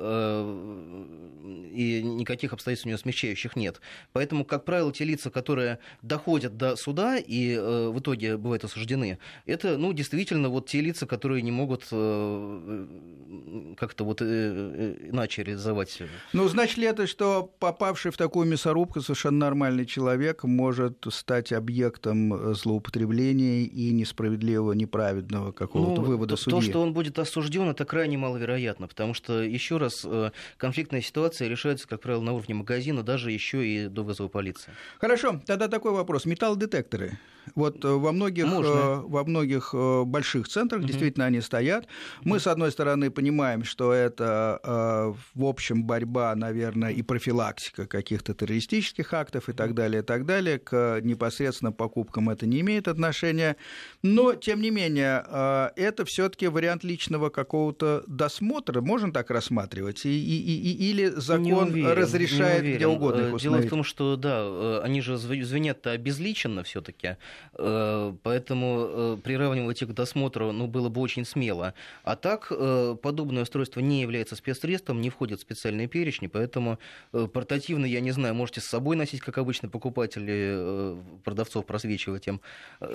и никаких обстоятельств у него смягчающих нет. Поэтому, как правило, те лица, которые доходят до суда и в итоге бывают осуждены, это, ну, действительно, вот те лица, которые не могут как-то вот иначе реализовать. Ну, значит ли это, что попавший в такую мясорубку совершенно нормальный человек может стать объектом злоупотребления и несправедливого, неправедного какого-то ну, вывода то, судьи? То, что он будет осужден, это крайне маловероятно, потому что, еще раз, конфликтная ситуация решается, как правило, на уровне магазина, даже еще и до вызова полиции. Хорошо, тогда такой вопрос. Металлодетекторы. Вот во многих, во многих больших центрах угу. действительно они стоят. Мы, с одной стороны, понимаем, что это, в общем, борьба, наверное, и профилактика каких-то террористических актов и так далее, и так далее. К непосредственно покупкам это не имеет отношения. Но, тем не менее, это все-таки вариант личного какого-то досмотра. Можно так рассматривать? И, и, и, или закон уверен, разрешает где угодно их установить? Дело в том, что, да, они же звенят обезличенно все-таки. Поэтому приравнивать их к досмотру ну, было бы очень смело. А так, подобное устройство не является спецсредством, не входит в специальные перечни, поэтому портативно, я не знаю, можете с собой носить, как обычно покупатели, продавцов просвечивать им.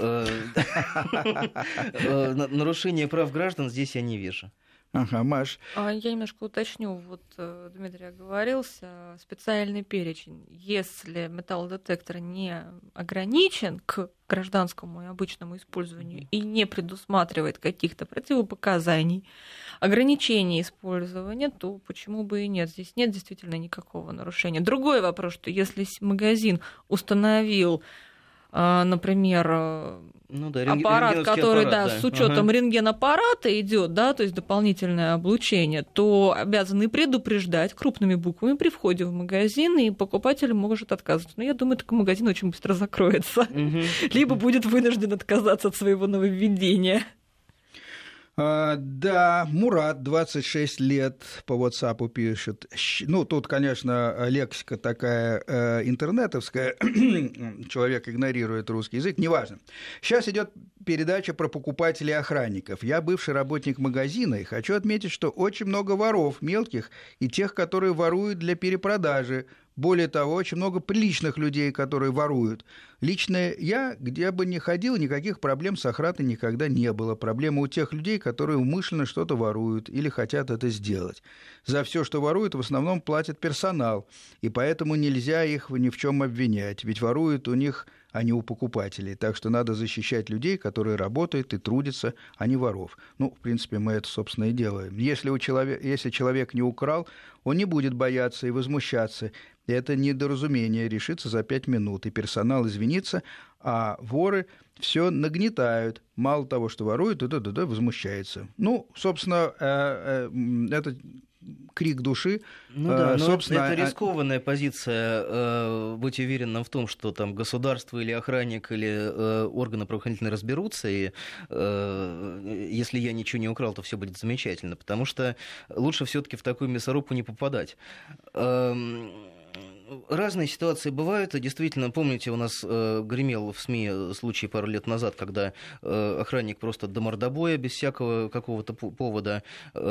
Нарушение прав граждан здесь я не вижу. Ага, Маш. Я немножко уточню. Вот Дмитрий оговорился. Специальный перечень. Если металлодетектор не ограничен к гражданскому и обычному использованию и не предусматривает каких-то противопоказаний, ограничений использования, то почему бы и нет? Здесь нет действительно никакого нарушения. Другой вопрос, что если магазин установил, например, ну, да, аппарат, который аппарат, да, да. с учетом ага. рентгенаппарата идет, да, то есть дополнительное облучение, то обязаны предупреждать крупными буквами при входе в магазин, и покупатель может отказываться. Но я думаю, такой магазин очень быстро закроется, угу. либо будет вынужден отказаться от своего нововведения. А, да, Мурат, двадцать шесть лет, по WhatsApp пишет. Ну, тут, конечно, лексика такая э, интернетовская, человек игнорирует русский язык, неважно. Сейчас идет передача про покупателей и охранников. Я бывший работник магазина и хочу отметить, что очень много воров мелких и тех, которые воруют для перепродажи. Более того, очень много приличных людей, которые воруют. Лично я, где бы ни ходил, никаких проблем с охраной никогда не было. Проблема у тех людей, которые умышленно что-то воруют или хотят это сделать. За все, что воруют, в основном платит персонал, и поэтому нельзя их ни в чем обвинять, ведь воруют у них, а не у покупателей. Так что надо защищать людей, которые работают и трудятся, а не воров. Ну, в принципе, мы это, собственно, и делаем. Если, у человека, если человек не украл, он не будет бояться и возмущаться. Это недоразумение решится за пять минут, и персонал извинится, а воры все нагнетают. Мало того, что воруют, да-да-да, возмущается. Ну, собственно, это крик души. Ну да, но собственно, это рискованная позиция, э, быть уверенным в том, что там государство или охранник или э, органы правоохранительные разберутся, и э, если я ничего не украл, то все будет замечательно, потому что лучше все-таки в такую мясорубку не попадать. Э, Разные ситуации бывают, и действительно, помните, у нас э, гремел в СМИ случай пару лет назад, когда э, охранник просто до мордобоя, без всякого какого-то повода,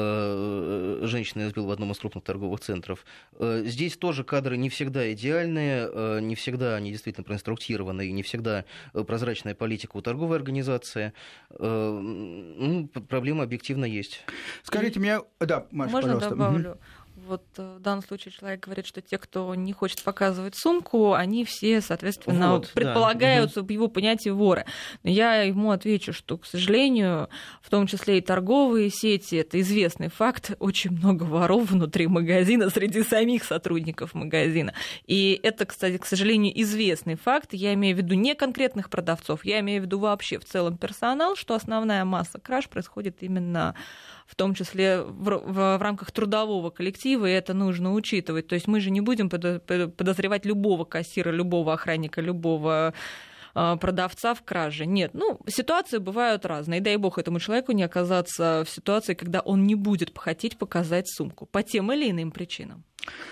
э, женщину избил в одном из крупных торговых центров. Э, здесь тоже кадры не всегда идеальные, э, не всегда они действительно проинструктированы, и не всегда прозрачная политика у торговой организации. Э, ну, проблема объективно есть. Скажите мне... Да, Маша, Можно пожалуйста. Добавлю? Угу. Вот в данном случае человек говорит, что те, кто не хочет показывать сумку, они все, соответственно, вот, предполагаются да. в его понятии воры. Но я ему отвечу, что, к сожалению, в том числе и торговые сети, это известный факт, очень много воров внутри магазина среди самих сотрудников магазина. И это, кстати, к сожалению, известный факт. Я имею в виду не конкретных продавцов, я имею в виду вообще в целом персонал, что основная масса краж происходит именно в том числе в, в, в рамках трудового коллектива, и это нужно учитывать. То есть мы же не будем подозревать любого кассира, любого охранника, любого продавца в краже. Нет, ну, ситуации бывают разные. И дай бог этому человеку не оказаться в ситуации, когда он не будет хотеть показать сумку по тем или иным причинам.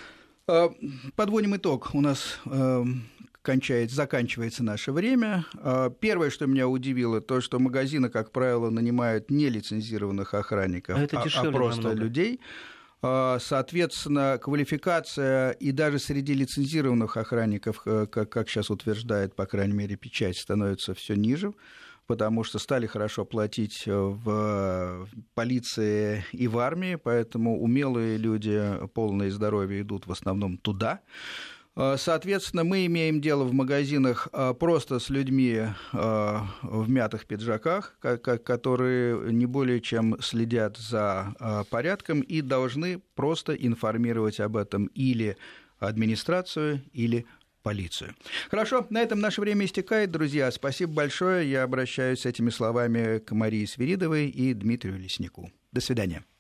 Подводим итог. У нас кончается, заканчивается наше время. Первое, что меня удивило, то, что магазины, как правило, нанимают не лицензированных охранников, а, а просто намного. людей. Соответственно, квалификация и даже среди лицензированных охранников, как, как сейчас утверждает, по крайней мере, печать, становится все ниже, потому что стали хорошо платить в полиции и в армии, поэтому умелые люди, полные здоровья, идут в основном туда. Соответственно, мы имеем дело в магазинах просто с людьми в мятых пиджаках, которые не более чем следят за порядком и должны просто информировать об этом или администрацию, или полицию. Хорошо, на этом наше время истекает, друзья. Спасибо большое. Я обращаюсь с этими словами к Марии Свиридовой и Дмитрию Леснику. До свидания.